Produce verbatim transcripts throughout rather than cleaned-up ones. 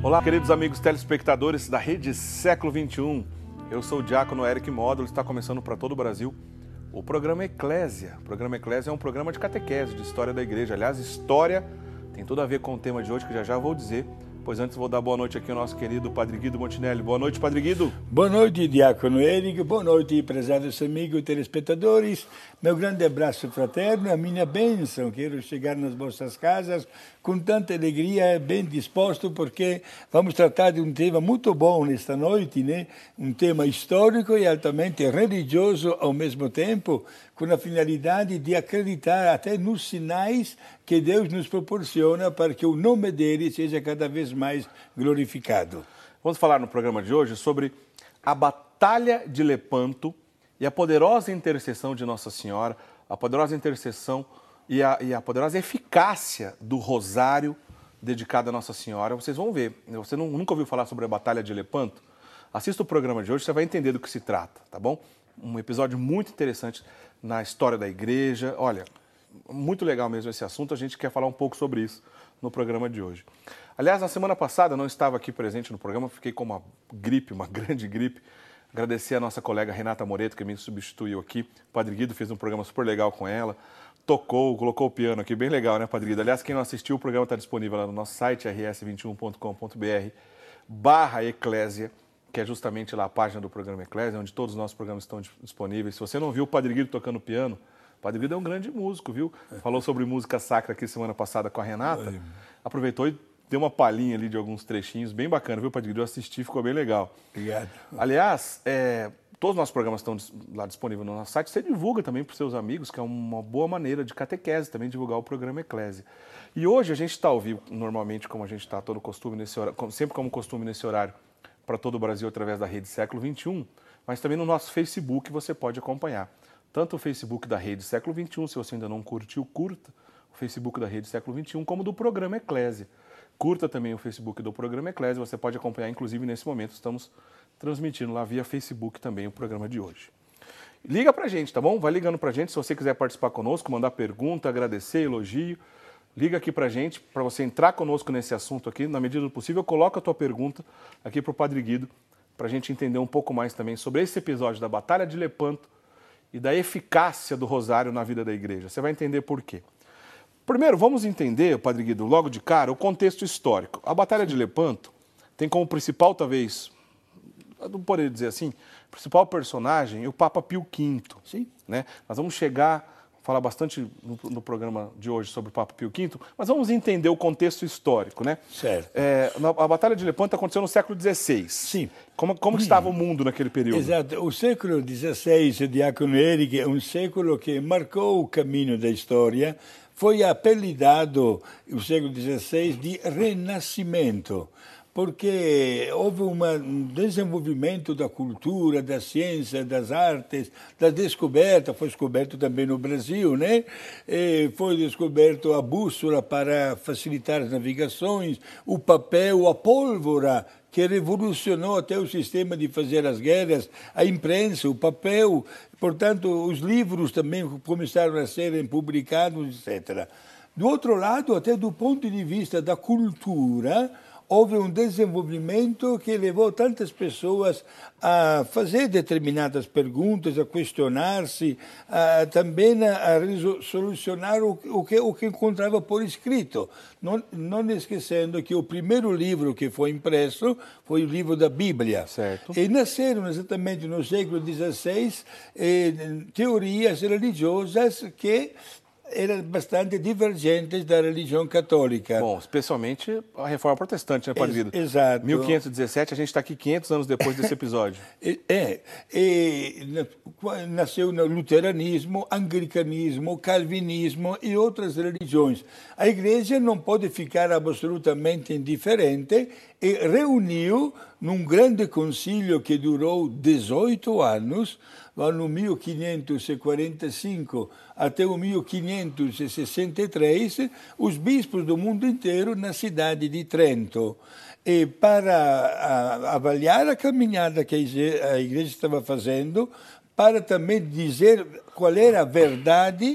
Olá, queridos amigos telespectadores da Rede Século vinte e um. Eu sou o diácono Eric Módulo, está começando para todo o Brasil o programa Eclésia. O programa Eclésia é um programa de catequese, de história da igreja. Aliás, história tem tudo a ver com o tema de hoje, que já já vou dizer. Pois antes vou dar boa noite aqui ao nosso querido Padre Guido Montinelli. Boa noite, Padre Guido. Boa noite, diácono Eric. Boa noite, prezados amigos telespectadores. Meu grande abraço fraterno, a minha bênção. Quero chegar nas vossas casas com tanta alegria, bem disposto, porque vamos tratar de um tema muito bom nesta noite, né? Um tema histórico e altamente religioso ao mesmo tempo, com a finalidade de acreditar até nos sinais que Deus nos proporciona para que o nome dele seja cada vez mais glorificado. Vamos falar no programa de hoje sobre a Batalha de Lepanto e a poderosa intercessão de Nossa Senhora, a poderosa intercessão e a, e a poderosa eficácia do rosário dedicado a Nossa Senhora. Vocês vão ver, você não, nunca ouviu falar sobre a Batalha de Lepanto? Assista o programa de hoje, você vai entender do que se trata, tá bom? Um episódio muito interessante na história da igreja. Olha, muito legal mesmo esse assunto, a gente quer falar um pouco sobre isso no programa de hoje. Aliás, na semana passada eu não estava aqui presente no programa, fiquei com uma gripe, uma grande gripe. Agradecer a nossa colega Renata Moreto, que me substituiu aqui. O Padre Guido fez um programa super legal com ela, tocou, colocou o piano aqui, bem legal, né, Padre Guido? Aliás, quem não assistiu, o programa está disponível lá no nosso site, r s vinte e um ponto com ponto b r barra eclésia, que é justamente lá a página do programa Eclésia, onde todos os nossos programas estão disponíveis. Se você não viu o Padre Guido tocando piano, o Padre Guido é um grande músico, viu? Falou sobre música sacra aqui semana passada com a Renata. Aproveitou e deu uma palhinha ali de alguns trechinhos, bem bacana, viu, Padre Guido? Eu assisti, ficou bem legal. Obrigado. Aliás, é, todos os nossos programas estão lá disponíveis no nosso site. Você divulga também para os seus amigos, que é uma boa maneira de catequese, também divulgar o programa Eclésia. E hoje a gente está ao vivo, normalmente, como a gente está todo costume nesse horário, sempre como costume nesse horário, para todo o Brasil através da Rede Século vinte e um, mas também no nosso Facebook você pode acompanhar. Tanto o Facebook da Rede Século vinte e um, se você ainda não curtiu, curta o Facebook da Rede Século vinte e um, como do programa Eclésia. Curta também o Facebook do programa Eclésia, você pode acompanhar, inclusive nesse momento estamos transmitindo lá via Facebook também o programa de hoje. Liga pra gente, tá bom? Vai ligando pra gente, se você quiser participar conosco, mandar pergunta, agradecer, elogio. Liga aqui pra gente, para você entrar conosco nesse assunto aqui, na medida do possível, coloca a tua pergunta aqui pro Padre Guido, pra gente entender um pouco mais também sobre esse episódio da Batalha de Lepanto e da eficácia do rosário na vida da igreja. Você vai entender por quê. Primeiro, vamos entender, Padre Guido, logo de cara, o contexto histórico. A Batalha de Lepanto tem como principal, talvez, não poderia dizer assim, principal personagem o Papa Pio quinto. Sim. Né? Nós vamos chegar... falar bastante no, no programa de hoje sobre o Papa Pio quinto, mas vamos entender o contexto histórico, né? Certo. É, a Batalha de Lepanto aconteceu no século dezesseis. Sim. Como, como hum. estava o mundo naquele período? Exato. O século dezesseis, diácono Eric, é um século que marcou o caminho da história. Foi apelidado, o século dezesseis, de Renascimento, porque houve um desenvolvimento da cultura, da ciência, das artes, da descoberta, foi descoberto também no Brasil, né? E foi descoberto a bússola para facilitar as navegações, o papel, a pólvora, que revolucionou até o sistema de fazer as guerras, a imprensa, o papel, portanto, os livros também começaram a serem publicados, etcétera. Do outro lado, até do ponto de vista da cultura, houve um desenvolvimento que levou tantas pessoas a fazer determinadas perguntas, a questionar-se, a, também a, a solucionar o, o, que, o que encontrava por escrito. Não, não esquecendo que o primeiro livro que foi impresso foi o livro da Bíblia. Certo. E nasceram exatamente no século dezesseis eh, teorias religiosas que eram bastante divergentes da religião católica. Bom, especialmente a Reforma Protestante, né, Padre Guido? Ex exato. mil quinhentos e dezessete, a gente está aqui quinhentos anos depois desse episódio. É, e nasceu o luteranismo, anglicanismo, calvinismo e outras religiões. A igreja não pode ficar absolutamente indiferente e reuniu num grande concílio que durou dezoito anos, no mil quinhentos e quarenta e cinco até o mil quinhentos e sessenta e três, os bispos do mundo inteiro na cidade de Trento. E para a, avaliar a caminhada que a igreja estava fazendo, para também dizer qual era a verdade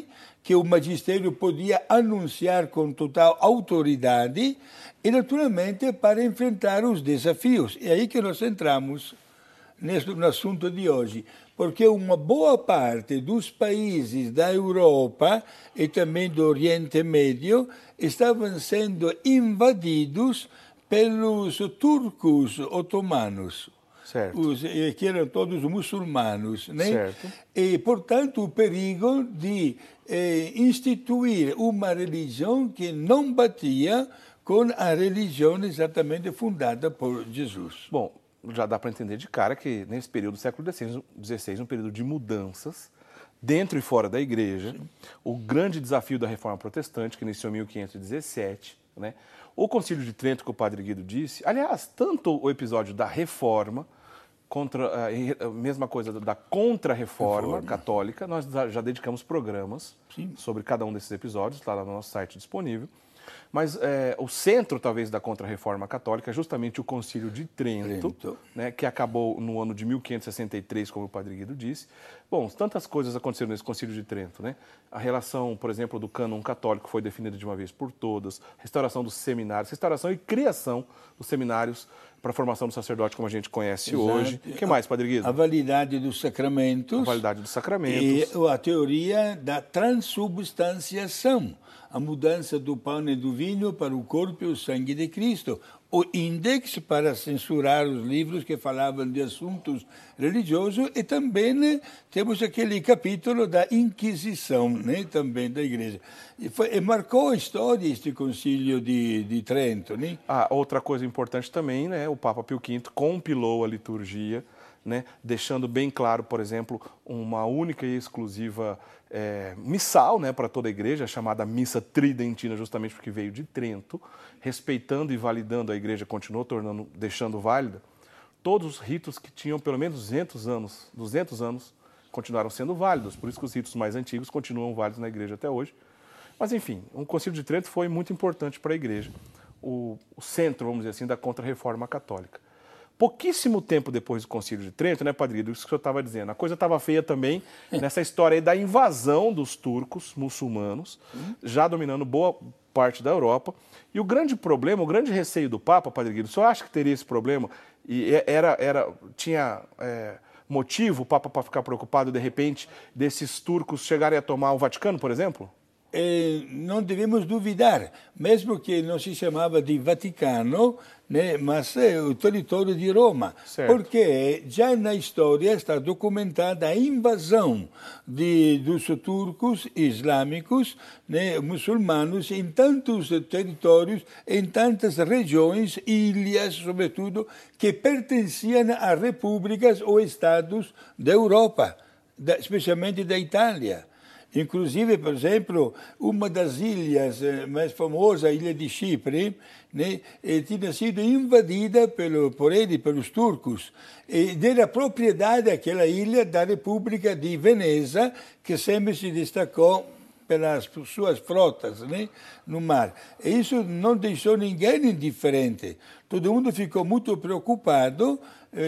que o magistério podia anunciar com total autoridade e, naturalmente, para enfrentar os desafios. É aí que nós entramos nesse, no assunto de hoje, porque uma boa parte dos países da Europa e também do Oriente Médio estavam sendo invadidos pelos turcos otomanos. Certo. Os, que eram todos muçulmanos, né? Certo. E, portanto, o perigo de eh, instituir uma religião que não batia com a religião exatamente fundada por Jesus. Bom, já dá para entender de cara que nesse período do século dezesseis, um período de mudanças dentro e fora da igreja, sim, o grande desafio da Reforma Protestante, que iniciou em mil quinhentos e dezessete, né? O Concílio de Trento, que o padre Guido disse, aliás, tanto o episódio da Reforma, contra a mesma coisa da Contra-Reforma Católica, nós já dedicamos programas, sim, sobre cada um desses episódios, está lá no nosso site disponível. Mas é, o centro, talvez, da Contra-Reforma Católica é justamente o Concílio de Trento, Trento. Né, que acabou no ano de mil quinhentos e sessenta e três, como o padre Guido disse. Bom, tantas coisas aconteceram nesse Concílio de Trento, né? A relação, por exemplo, do cânon católico foi definida de uma vez por todas, restauração dos seminários, restauração e criação dos seminários para a formação do sacerdote, como a gente conhece Exato. Hoje. O que mais, padre Guido? A validade dos sacramentos. A validade dos sacramentos. E a teoria da transubstanciação. A mudança do pão e do vinho para o corpo e o sangue de Cristo. O índex para censurar os livros que falavam de assuntos religiosos e também né, temos aquele capítulo da Inquisição, né, também da Igreja. E, foi, e marcou a história este Concílio de, de Trento. Né? Ah, outra coisa importante também, né, o Papa Pio quinto compilou a liturgia, né, deixando bem claro, por exemplo, uma única e exclusiva é, missal, né, para toda a igreja, chamada Missa Tridentina, justamente porque veio de Trento, respeitando e validando, a igreja continuou tornando, deixando válida, todos os ritos que tinham pelo menos duzentos anos, duzentos anos, continuaram sendo válidos, por isso que os ritos mais antigos continuam válidos na igreja até hoje. Mas, enfim, o Concílio de Trento foi muito importante para a igreja, o, o centro, vamos dizer assim, da Contra-Reforma Católica. Pouquíssimo tempo depois do Concílio de Trento, né, padre Guido, isso que o senhor estava dizendo, a coisa estava feia também nessa história aí da invasão dos turcos muçulmanos, já dominando boa parte da Europa. E o grande problema, o grande receio do Papa, padre Guido, o senhor acha que teria esse problema? E era, era, tinha é, motivo o Papa para ficar preocupado, de repente, desses turcos chegarem a tomar o Vaticano, por exemplo? Eh, não devemos duvidar, mesmo que não se chamava de Vaticano, né, mas é o território de Roma, certo. Porque já na história está documentada a invasão de, dos turcos islâmicos, né, muçulmanos, em tantos territórios, em tantas regiões, ilhas, sobretudo, que pertenciam a repúblicas ou estados da Europa, da, especialmente da Itália. Inclusive, por exemplo, uma das ilhas mais famosas, a ilha de Chipre, né, tinha sido invadida pelo, por ele, pelos turcos, e era propriedade daquela ilha da República de Veneza, que sempre se destacou pelas suas frotas, né, no mar. E isso não deixou ninguém indiferente. Todo mundo ficou muito preocupado.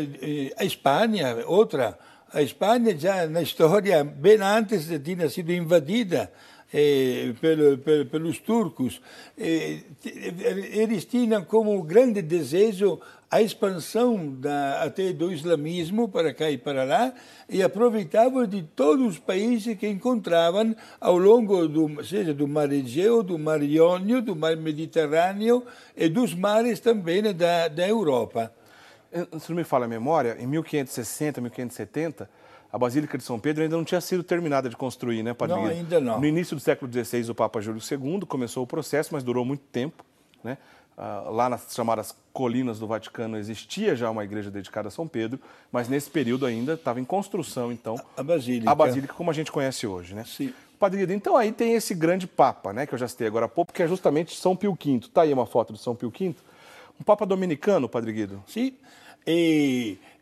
A Espanha, outra... A Espanha já na história, bem antes, tinha sido invadida eh, pelo, pelo, pelos turcos. Eh, eles tinham como grande desejo a expansão da, até do islamismo para cá e para lá, e aproveitavam de todos os países que encontravam ao longo do, seja do Mar Egeu, do Mar Iônio, do Mar Mediterrâneo e dos mares também da, da Europa. Se não me falha a memória, em mil quinhentos e sessenta, mil quinhentos e setenta, a Basílica de São Pedro ainda não tinha sido terminada de construir, né, padre? Não, ainda não. No início do século dezesseis, o Papa Júlio segundo começou o processo, mas durou muito tempo, né? Ah, lá nas chamadas colinas do Vaticano existia já uma igreja dedicada a São Pedro, mas nesse período ainda estava em construção, então, a Basílica. a Basílica como a gente conhece hoje, né? Sim. Padre Guido, então aí tem esse grande Papa, né, que eu já citei agora há pouco, que é justamente São Pio quinto. Está aí uma foto de São Pio quinto. Um Papa dominicano, padre Guido? Sim. E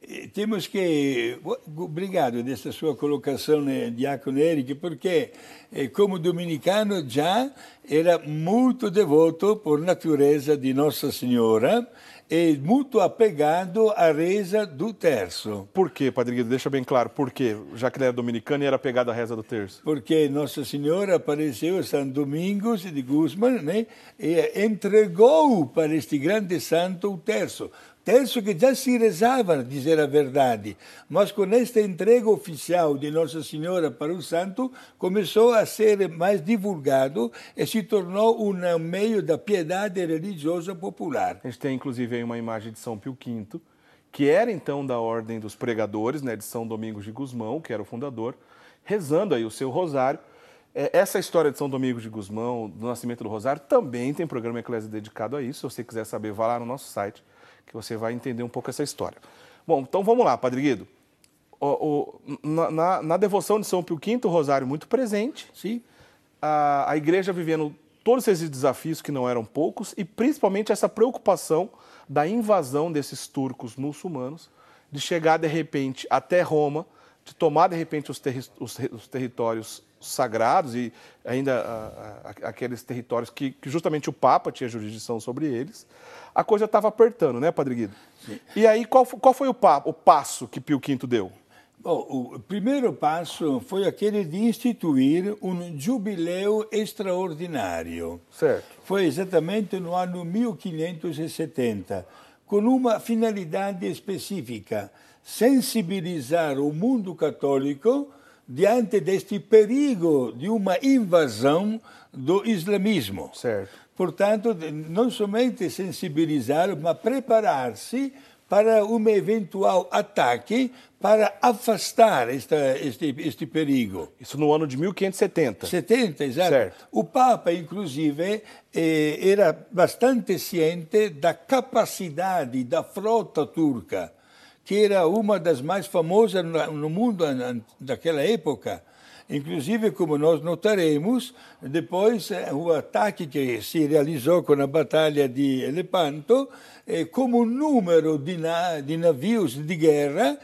temos que... Obrigado dessa sua colocação, Diácono Eric, porque como dominicano já era muito devoto por natureza de Nossa Senhora e muito apegado à reza do terço. Por quê, Padre Guido? Deixa bem claro, por quê? Já que ele era dominicano e era apegado à reza do terço. Porque Nossa Senhora apareceu a São Domingos de Guzmán, né? E entregou para este grande santo o terço. Terço que já se rezava, a dizer a verdade, mas com esta entrega oficial de Nossa Senhora para o santo, começou a ser mais divulgado e se tornou um meio da piedade religiosa popular. A gente tem, inclusive, aí uma imagem de São Pio quinto, que era, então, da Ordem dos Pregadores, né, de São Domingos de Gusmão, que era o fundador, rezando aí o seu rosário. Essa história de São Domingos de Gusmão, do nascimento do rosário, também tem programa Eclésia dedicado a isso. Se você quiser saber, vá lá no nosso site, que você vai entender um pouco essa história. Bom, então vamos lá, Padre Guido. O, o, na, na, na devoção de São Pio quinto, o rosário muito presente. Sim. A, a igreja vivendo todos esses desafios que não eram poucos e principalmente essa preocupação da invasão desses turcos muçulmanos, de chegar de repente até Roma, de tomar de repente os, terri os, os territórios sagrados e ainda a, a, aqueles territórios que, que justamente o Papa tinha jurisdição sobre eles. A coisa estava apertando, né, Padre Guido? Sim. E aí, qual, qual foi o, pa, o passo que Pio quinto deu? Bom, o primeiro passo foi aquele de instituir um jubileu extraordinário. Certo. Foi exatamente no ano mil quinhentos e setenta, com uma finalidade específica: sensibilizar o mundo católico diante deste perigo de uma invasão do islamismo. Certo. Portanto, não somente sensibilizar, mas preparar-se para um eventual ataque para afastar esta, este, este perigo. Isso no ano de mil quinhentos e setenta. setenta, exato. Certo. O Papa, inclusive, eh, era bastante ciente da capacidade da frota turca, que era uma das mais famosas no mundo daquela época. Inclusive, como nós notaremos, depois o ataque que se realizou com a Batalha de Lepanto, como número de, na, de navios de guerra,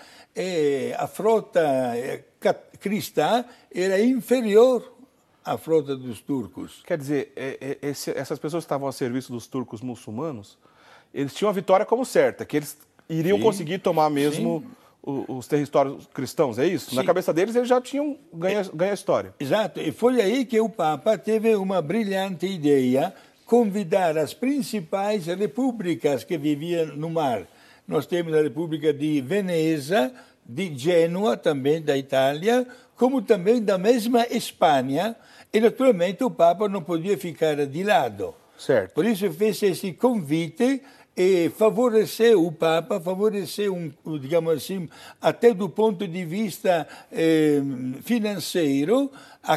a frota cristã era inferior à frota dos turcos. Quer dizer, esse, essas pessoas que estavam a serviço dos turcos muçulmanos, eles tinham a vitória como certa, que eles iriam Sim. conseguir tomar mesmo... Sim. os territórios cristãos, é isso? Sim. Na cabeça deles, eles já tinham ganho, ganho a história. Exato, e foi aí que o Papa teve uma brilhante ideia, convidar as principais repúblicas que viviam no mar. Nós temos a República de Veneza, de Gênua, também da Itália, como também da mesma Espanha, e naturalmente o Papa não podia ficar de lado. Certo. Por isso fez esse convite e favoreceu o Papa, favoreceu, um, digamos assim, até do ponto de vista eh, financeiro, a,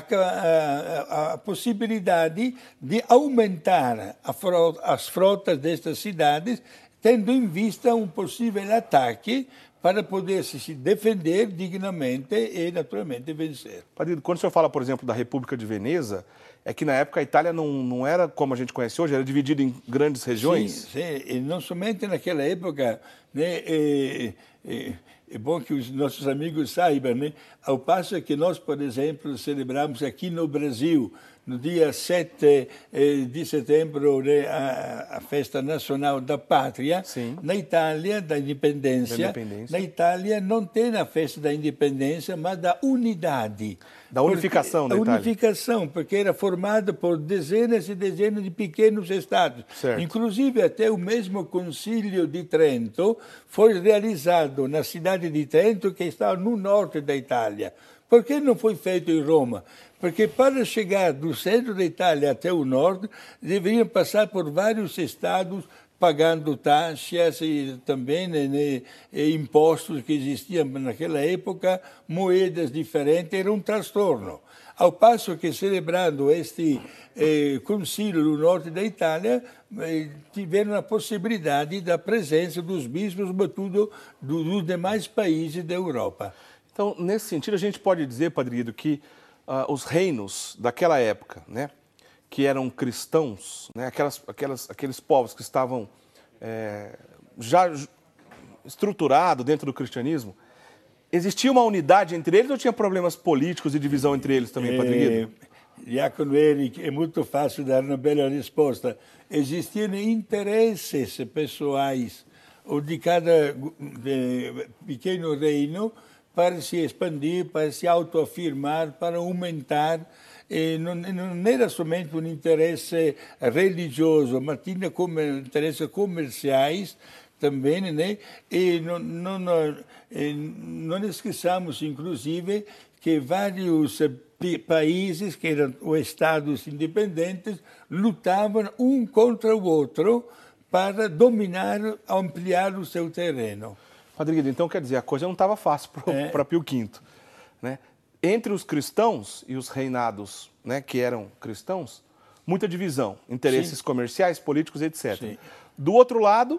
a, a possibilidade de aumentar a frota, as frotas destas cidades, tendo em vista um possível ataque para poder se defender dignamente e, naturalmente, vencer. Padre, quando o senhor fala, por exemplo, da República de Veneza, é que na época a Itália não, não era como a gente conhece hoje, era dividida em grandes regiões? Sim, sim, e não somente naquela época, né, é, é, é bom que os nossos amigos saibam, né, ao passo que nós, por exemplo, celebramos aqui no Brasil, no dia sete de setembro, né, a, a festa nacional da pátria. Sim. Na Itália, da independência, da independência, na Itália não tem a festa da independência, mas da unidade. Da unificação porque, da Itália. A unificação, porque era formada por dezenas e dezenas de pequenos estados. Certo. Inclusive, até o mesmo Concílio de Trento foi realizado na cidade de Trento, que está no norte da Itália. Por que não foi feito em Roma? Porque para chegar do centro da Itália até o norte, deveriam passar por vários estados, pagando taxas e também né, né, impostos que existiam naquela época, moedas diferentes, era um transtorno. Ao passo que, celebrando este eh, concílio no norte da Itália, eh, tiveram a possibilidade da presença dos bispos, sobretudo do, dos demais países da Europa. Então, nesse sentido, a gente pode dizer, Padre Guido, que uh, os reinos daquela época, né, que eram cristãos, né, aquelas, aquelas, aqueles povos que estavam é, já estruturado dentro do cristianismo, existia uma unidade entre eles ou tinha problemas políticos e divisão entre eles também, Padre Guido? Diácono Eric, é muito fácil dar uma bela resposta. Existiam interesses pessoais ou de cada de, pequeno reino para se expandir, para se autoafirmar, para aumentar. E não, não era somente um interesse religioso, mas tinha como interesses comerciais também, né? E não, não, não, não esqueçamos, inclusive, que vários países, que eram estados independentes, lutavam um contra o outro para dominar, ampliar o seu terreno. Padre Guido, então quer dizer, a coisa não estava fácil para é. Pio quinto, né? Entre os cristãos e os reinados, né, que eram cristãos, muita divisão, interesses Sim. comerciais, políticos, etcétera. Sim. Do outro lado,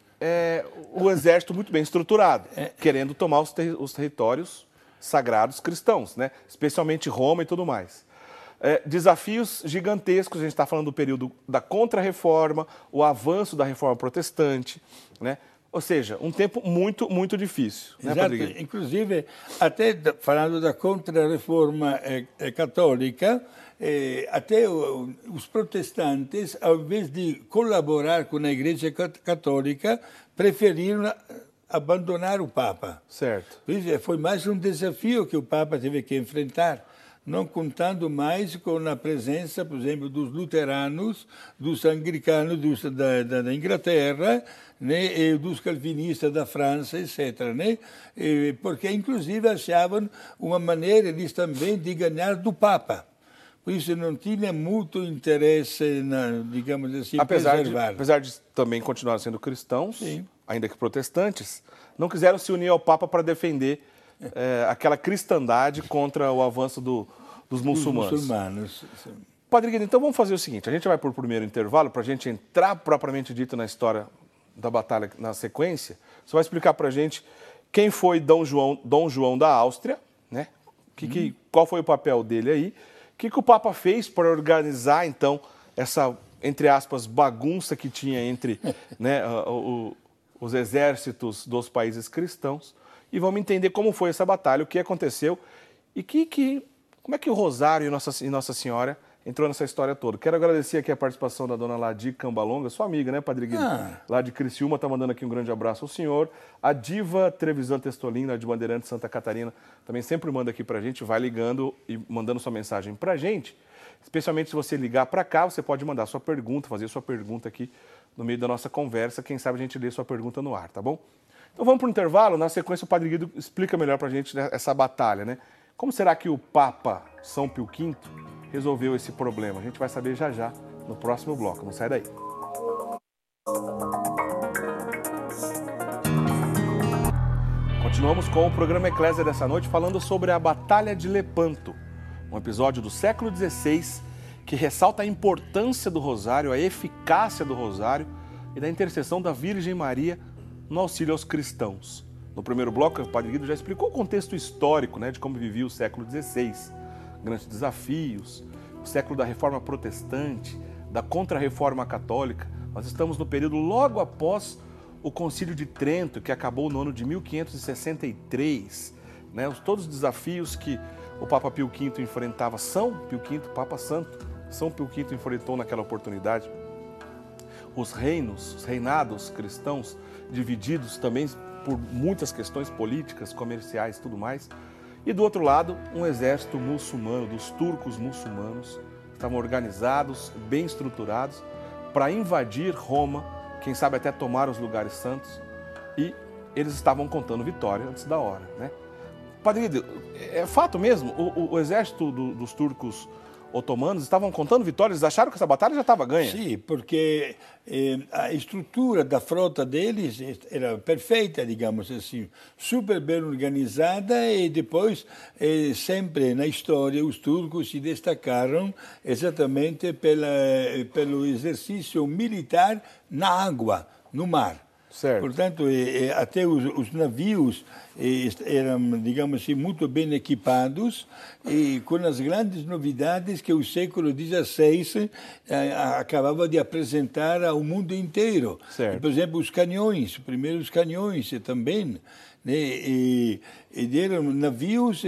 é, o exército muito bem estruturado, é. querendo tomar os, ter os territórios sagrados cristãos, né? Especialmente Roma e tudo mais. É, desafios gigantescos, a gente está falando do período da Contra-Reforma, o avanço da Reforma Protestante, né? Ou seja, um tempo muito, muito difícil. Né, Exato. Inclusive, até falando da Contra-Reforma eh, católica, eh, até o, os protestantes, ao invés de colaborar com a Igreja Católica, preferiram abandonar o Papa. Certo. Foi mais um desafio que o Papa teve que enfrentar, não contando mais com a presença, por exemplo, dos luteranos, dos anglicanos dos, da, da, da Inglaterra, né, e dos calvinistas da França, etcétera. Né? E, porque, inclusive, achavam uma maneira, eles também, de ganhar do Papa. Por isso, não tinha muito interesse, na, digamos assim, apesar preservar. De, apesar de também continuar sendo cristãos, Sim. ainda que protestantes, não quiseram se unir ao Papa para defender é, aquela cristandade contra o avanço do, dos muçulmanos. Os muçulmanos. Padre Guido, então vamos fazer o seguinte, a gente vai por primeiro intervalo para a gente entrar propriamente dito na história da batalha na sequência. Você vai explicar para a gente quem foi Dom João, Dom João da Áustria, né? Que, hum. que, qual foi o papel dele aí, o que, que o Papa fez para organizar, então, essa, entre aspas, bagunça que tinha entre né, o, o, os exércitos dos países cristãos, e vamos entender como foi essa batalha, o que aconteceu e que, que, como é que o Rosário e Nossa, e Nossa Senhora entrou nessa história toda. Quero agradecer aqui a participação da dona Ladi Cambalonga, sua amiga, né, Padre Guido? Ah. Lá de Criciúma, está mandando aqui um grande abraço ao senhor. A Diva Trevisan Testolina, de Bandeirantes Santa Catarina, também sempre manda aqui pra gente, vai ligando e mandando sua mensagem pra gente. Especialmente se você ligar para cá, você pode mandar sua pergunta, fazer sua pergunta aqui no meio da nossa conversa. Quem sabe a gente lê sua pergunta no ar, tá bom? Então vamos para o intervalo. Na sequência, o Padre Guido explica melhor pra gente essa batalha, né? Como será que o Papa São Pio quinto resolveu esse problema? A gente vai saber já já no próximo bloco. Não sai daí. Continuamos com o programa Eclésia dessa noite, falando sobre a Batalha de Lepanto, um episódio do século dezesseis que ressalta a importância do rosário, a eficácia do rosário e da intercessão da Virgem Maria no auxílio aos cristãos. No primeiro bloco, o Padre Guido já explicou o contexto histórico, né, de como vivia o século dezesseis, grandes desafios, o século da Reforma Protestante, da Contra-Reforma Católica. Nós estamos no período logo após o Concílio de Trento, que acabou no ano de mil quinhentos e sessenta e três. Né? Todos os desafios que o Papa Pio quinto enfrentava, São Pio quinto, Papa Santo, São Pio quinto enfrentou naquela oportunidade. Os reinos, os reinados cristãos, divididos também por muitas questões políticas, comerciais e tudo mais. E do outro lado, um exército muçulmano, dos turcos muçulmanos, estavam organizados, bem estruturados, para invadir Roma, quem sabe até tomar os lugares santos, e eles estavam contando vitória antes da hora, né? Padre Guido, é fato mesmo, o, o, o exército do, dos turcos otomanos estavam contando vitórias, eles acharam que essa batalha já estava ganha. Sim, porque eh, a estrutura da frota deles era perfeita, digamos assim, super bem organizada, e depois, eh, sempre na história, os turcos se destacaram exatamente pela, pelo exercício militar na água, no mar. Certo. Portanto, eh, até os, os navios eh, eram, digamos assim, muito bem equipados e com as grandes novidades que o século dezesseis eh, acabava de apresentar ao mundo inteiro. Certo. Por exemplo, os canhões, os primeiros canhões também. Né? E, e eram navios,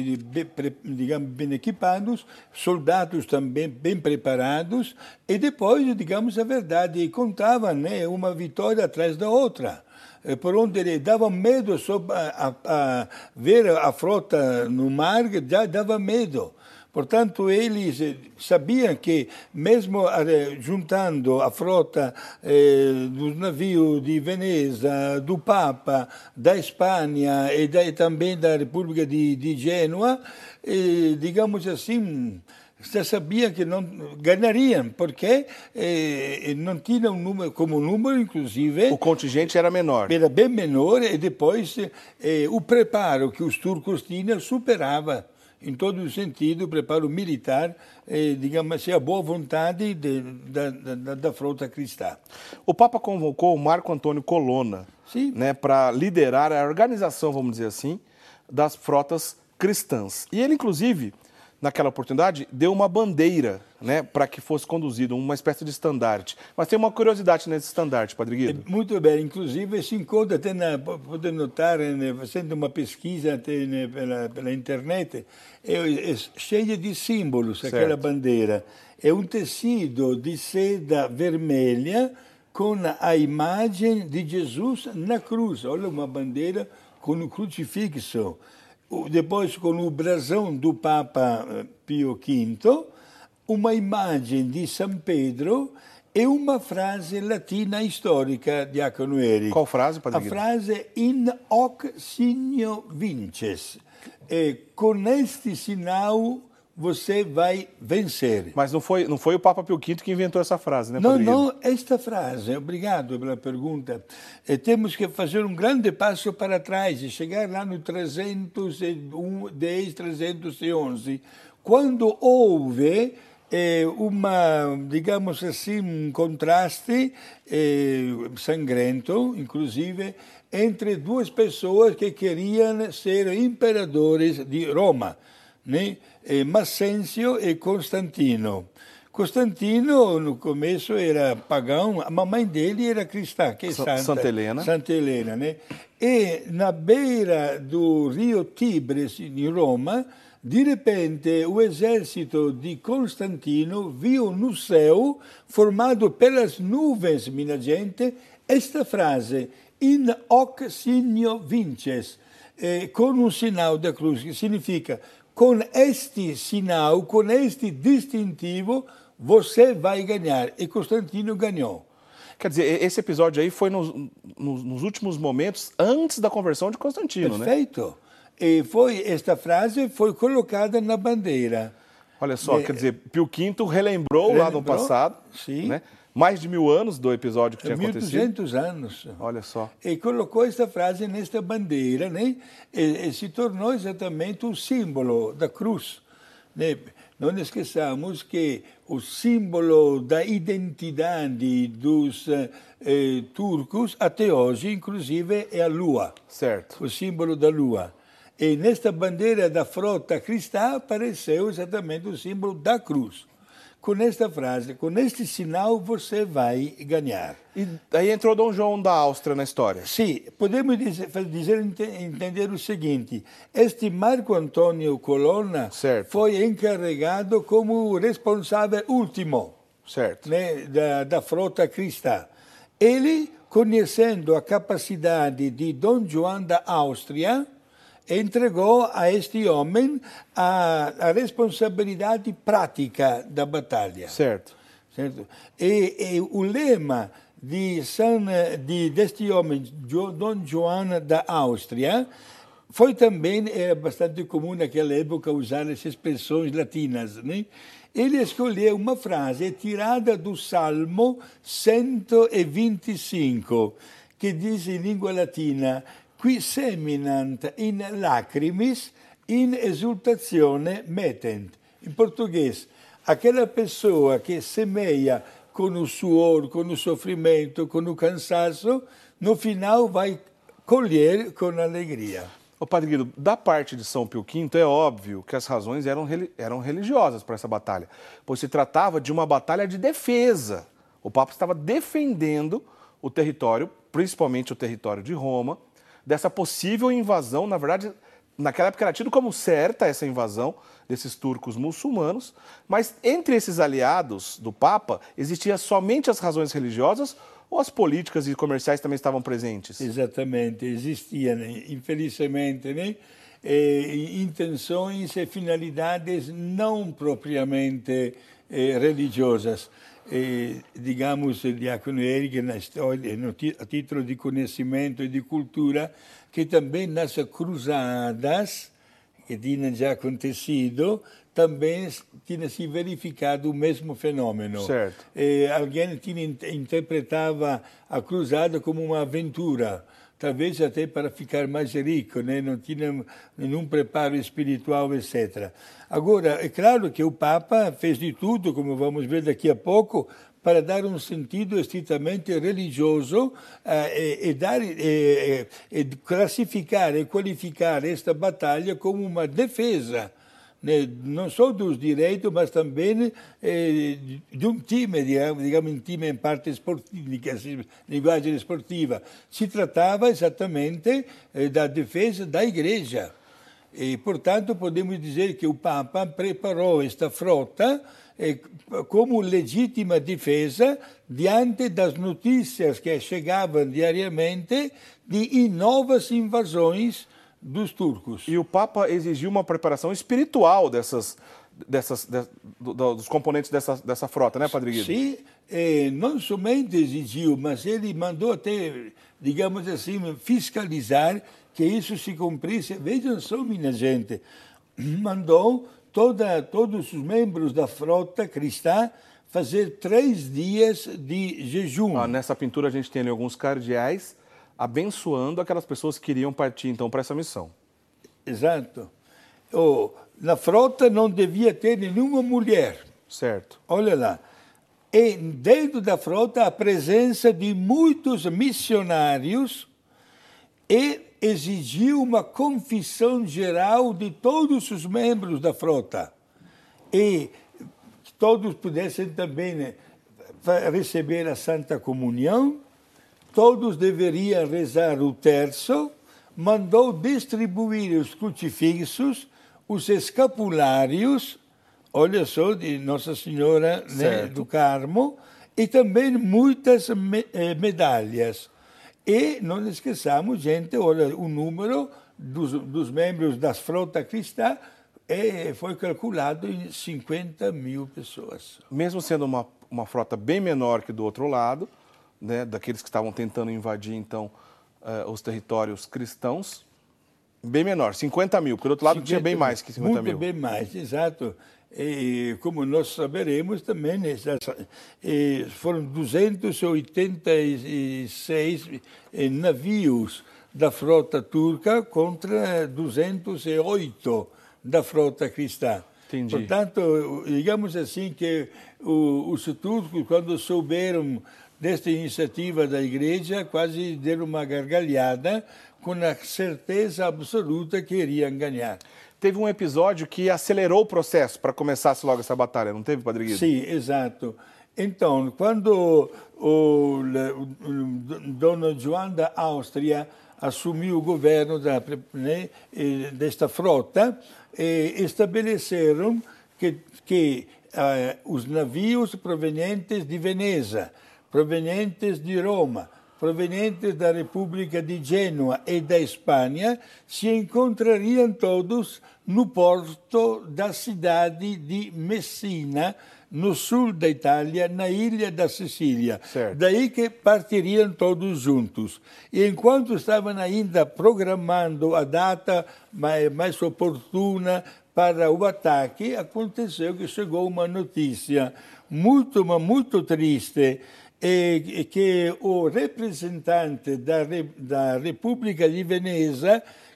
digamos, bem equipados, soldados também bem preparados, e depois, digamos a verdade, contavam, né, uma vitória atrás da outra. Por onde dava medo só a, a, a ver a frota no mar, já dava medo. Portanto, eles sabiam que, mesmo juntando a frota eh, dos navios de Veneza, do Papa, da Espanha e, da, e também da República de, de Gênova, eh, digamos assim, já sabiam que não ganhariam, porque eh, não tinham um número, como número, inclusive... O contingente era menor. Era bem menor, e depois eh, o preparo que os turcos tinham superava, em todo o sentido, o preparo militar, eh, digamos assim, a boa vontade de, da, da, da frota cristã. O Papa convocou o Marco Antônio Colonna, né, para liderar a organização, vamos dizer assim, das frotas cristãs. E ele, inclusive, naquela oportunidade, deu uma bandeira, né, para que fosse conduzido, uma espécie de estandarte. Mas tem uma curiosidade nesse estandarte, Padre Guido. Muito bem. Inclusive, se encontra, até na, pode notar, né, fazendo uma pesquisa até, né, pela, pela internet, é, é cheia de símbolos, certo, aquela bandeira. É um tecido de seda vermelha com a imagem de Jesus na cruz. Olha, uma bandeira com o crucifixo. Depois, com o brasão do Papa Pio quinto, uma imagem de São Pedro e uma frase latina histórica, Diácono Érico. Qual frase, Padre Guido? A frase in hoc signo vinces. E, com este sinal você vai vencer. Mas não foi, não foi o Papa Pio quinto que inventou essa frase, né, Não, Padre Guido? não, esta frase, obrigado pela pergunta. E temos que fazer um grande passo para trás e chegar lá no trezentos e dez, trezentos e onze, quando houve eh, uma, digamos assim, um contraste eh, sangrento, inclusive, entre duas pessoas que queriam ser imperadores de Roma, né? Massêncio e Constantino. Constantino, no começo, era pagão, a mamãe dele era cristã, que é Santa, Santa Helena. Santa Helena, né? E na beira do rio Tibre, em Roma, de repente, o exército de Constantino viu no céu, formado pelas nuvens, minha gente, esta frase, in hoc signo vinces, eh, com um sinal da cruz, que significa, com este sinal, com este distintivo, você vai ganhar. E Constantino ganhou. Quer dizer, esse episódio aí foi nos, nos, nos últimos momentos antes da conversão de Constantino, né? Perfeito. E foi, esta frase foi colocada na bandeira. Olha só, e, quer dizer, Pio quinto relembrou, relembrou lá no passado, sim, né? Mais de mil anos do episódio que tinha mil e duzentos acontecido. anos. Olha só. E colocou esta frase nesta bandeira, né? E, e se tornou exatamente o símbolo da cruz. Né? Não esqueçamos que o símbolo da identidade dos eh, turcos, até hoje, inclusive, é a lua. Certo. O símbolo da lua. E nesta bandeira da frota cristã apareceu exatamente o símbolo da cruz. Com esta frase, com este sinal, você vai ganhar. E aí entrou Dom João da Áustria na história. Sim, podemos dizer, dizer entender o seguinte: este Marco Antônio Colonna certo. foi encarregado como responsável último, certo. né, da, da frota cristã. Ele, conhecendo a capacidade de Dom João da Áustria, entregou a este homem a, a responsabilidade prática da batalha. Certo. certo? E, e o lema de San, de, deste homem, Dom João da Áustria, foi também, era bastante comum naquela época usar essas expressões latinas, né? Ele escolheu uma frase tirada do Salmo cento e vinte e cinco, que diz em língua latina: qui seminant in lacrimis, in exultazione metent. Em português, aquela pessoa que semeia com o suor, com o sofrimento, com o cansaço, no final vai colher com alegria. Ô, Padre Guido, da parte de São Pio quinto, é óbvio que as razões eram, eram religiosas para essa batalha, pois se tratava de uma batalha de defesa. O Papa estava defendendo o território, principalmente o território de Roma, dessa possível invasão. Na verdade, naquela época era tido como certa essa invasão desses turcos muçulmanos, mas entre esses aliados do Papa, existiam somente as razões religiosas ou as políticas e comerciais também estavam presentes? Exatamente, existiam, infelizmente, né? eh, intenções e finalidades não propriamente eh, religiosas. Eh, digamos, il diacono Eric, na história, no, a título de conhecimento e de cultura, que também nas cruzadas, que tinham já acontecido, também tinha se verificado o mesmo fenômeno. Certo. Eh, alguém tinha, interpretava a cruzada como uma aventura, talvez até para ficar mais rico, né? Não tinha nenhum preparo espiritual, etcétera. Agora, é claro que o Papa fez de tudo, como vamos ver daqui a pouco, para dar um sentido estritamente religioso eh, e, e, dar, e, e classificar e qualificar esta batalha como uma defesa, né, não só dos direitos, mas também eh, de um time, digamos, digamos um time em parte esportiva, linguagem esportiva. Se tratava exatamente eh, da defesa da Igreja. E, portanto, podemos dizer que o Papa preparou esta frota eh, como legítima defesa diante das notícias que chegavam diariamente de novas invasões dos turcos. E o Papa exigiu uma preparação espiritual dessas, dessas, de, do, dos componentes dessa, dessa frota, né, Padre Guido? Sim, eh, não somente exigiu, mas ele mandou até, digamos assim, fiscalizar que isso se cumprisse. Vejam só, minha gente, mandou toda, todos os membros da frota cristã fazer três dias de jejum. Ah, nessa pintura a gente tem ali alguns cardeais abençoando aquelas pessoas que iriam partir, então, para essa missão. Exato. Oh, na frota não devia ter nenhuma mulher. Certo. Olha lá. E dentro da frota a presença de muitos missionários e exigiu uma confissão geral de todos os membros da frota. E que todos pudessem também, né, receber a Santa Comunhão. Todos deveriam rezar o terço, mandou distribuir os crucifixos, os escapulários, olha só, de Nossa Senhora, né, do Carmo, e também muitas me medalhas. E não esqueçamos, gente, olha, o número dos, dos membros da frota cristã é, foi calculado em cinquenta mil pessoas. Mesmo sendo uma, uma frota bem menor que do outro lado, né, daqueles que estavam tentando invadir, então, uh, os territórios cristãos, bem menor, cinquenta mil. Por outro lado, tinha bem mais que cinquenta mil. Muito bem mais, exato. E, como nós saberemos também, foram duzentos e oitenta e seis navios da frota turca contra duzentos e oito da frota cristã. Entendi. Portanto, digamos assim que os turcos, quando souberam desta iniciativa da Igreja, quase deram uma gargalhada com a certeza absoluta que iriam ganhar. Teve um episódio que acelerou o processo para começar logo essa batalha, não teve, Padre Guido? Sim, exato. Então, quando o, o Dom João da Áustria assumiu o governo da, né, desta frota, estabeleceram que, que uh, os navios provenientes de Veneza, provenientes de Roma, provenientes da República de Gênua e da Espanha, se encontrariam todos no porto da cidade de Messina, no sul da Itália, na ilha da Sicília. Certo. Daí que partiriam todos juntos. E enquanto estavam ainda programando a data mais, mais oportuna para o ataque, aconteceu que chegou uma notícia muito, mas muito triste, é que o representante da, da República de Veneza,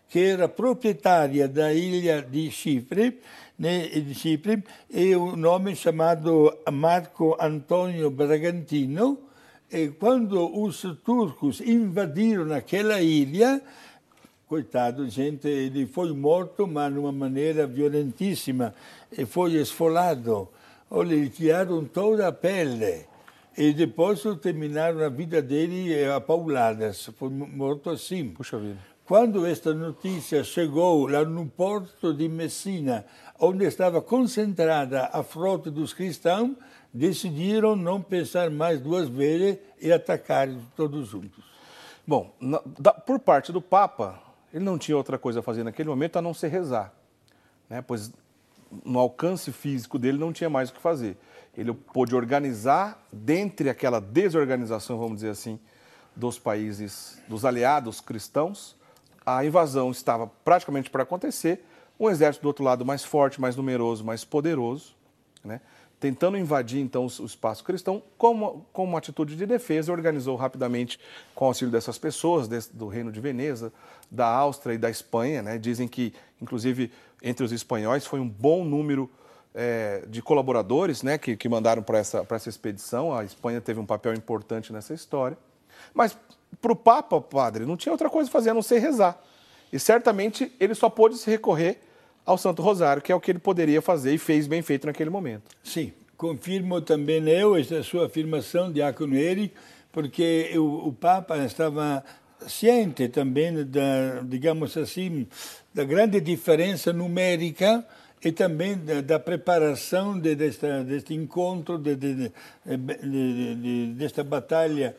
que era proprietária da ilha de Chipre, né, de Chipre, e um nome chamado Marco Antonio Bragantino. E quando os turcos invadiram aquela ilha, coitado, gente, ele foi morto, mas de uma maneira violentíssima, e foi esfolado. Olha, lhe tiraram toda a pele. E depois terminaram a vida dele a pauladas. Foi morto assim. Puxa vida. Quando esta notícia chegou lá no porto de Messina, onde estava concentrada a frota dos cristãos, decidiram não pensar mais duas vezes e atacar todos juntos. Bom, na, da, por parte do Papa, ele não tinha outra coisa a fazer naquele momento a não ser rezar, né? Pois no alcance físico dele não tinha mais o que fazer. Ele pôde organizar, dentre aquela desorganização, vamos dizer assim, dos países, dos aliados cristãos, a invasão estava praticamente para acontecer, um exército do outro lado mais forte, mais numeroso, mais poderoso, né? Tentando invadir, então, o espaço cristão, como, como uma atitude de defesa, organizou rapidamente, com o auxílio dessas pessoas, desse, do Reino de Veneza, da Áustria e da Espanha, né? Dizem que, inclusive, entre os espanhóis, foi um bom número é, de colaboradores, né? que, que mandaram para essa, para essa expedição. A Espanha teve um papel importante nessa história. Mas, para o Papa, padre, não tinha outra coisa a fazer a não ser rezar. E, certamente, ele só pôde se recorrer ao Santo Rosário, que é o que ele poderia fazer e fez bem feito naquele momento. Sim, confirmo também eu esta sua afirmação, Diácono Eric, porque o, o Papa estava ciente também da, digamos assim, da grande diferença numérica e também da, da preparação de, desta, deste encontro, de, de, de, de, de, desta batalha.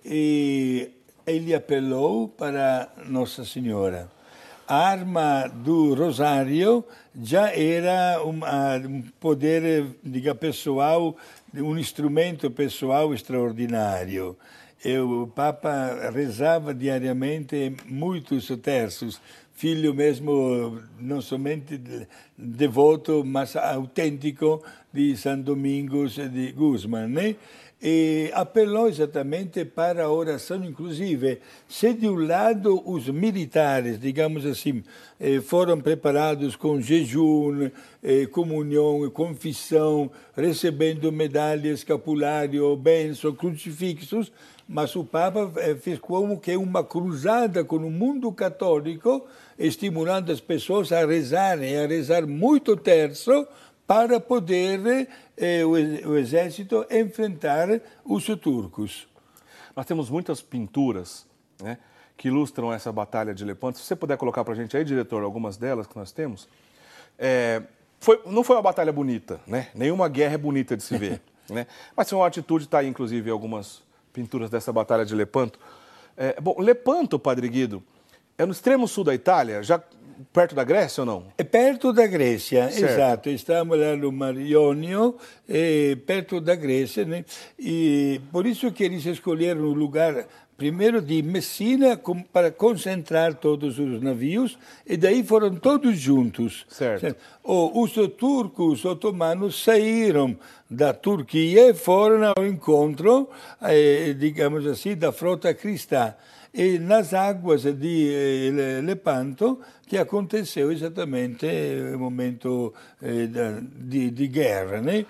E ele apelou para Nossa Senhora. A arma do rosário já era um, um poder, diga, pessoal, um instrumento pessoal extraordinário. E o Papa rezava diariamente muitos terços, filho mesmo não somente devoto, mas autêntico de São Domingos de Guzmán, né? E apelou exatamente para a oração, inclusive, se de um lado os militares, digamos assim, foram preparados com jejum, comunhão, confissão, recebendo medalhas, escapulário, bênção, crucifixos, mas o Papa fez como que uma cruzada com o mundo católico, estimulando as pessoas a rezarem, a rezar muito terço, para poder eh, o, o exército enfrentar os turcos. Nós temos muitas pinturas, né, que ilustram essa batalha de Lepanto. Se você puder colocar para a gente aí, diretor, algumas delas que nós temos. É, foi, não foi uma batalha bonita, né? Nenhuma guerra é bonita de se ver, né? Mas foi uma atitude, está aí inclusive algumas pinturas dessa batalha de Lepanto. É, bom, Lepanto, Padre Guido, é no extremo sul da Itália, já perto da Grécia ou não? É perto da Grécia, certo. Exato. Estamos lá no Mar Ionio, é perto da Grécia, né? E por isso que eles escolheram o lugar primeiro de Messina para concentrar todos os navios e daí foram todos juntos. Certo. certo. Os turcos otomanos saíram da Turquia e foram ao encontro, eh, digamos assim, da frota cristã. E nas águas de eh, Lepanto, que aconteceu exatamente no momento eh, de, de guerra, né?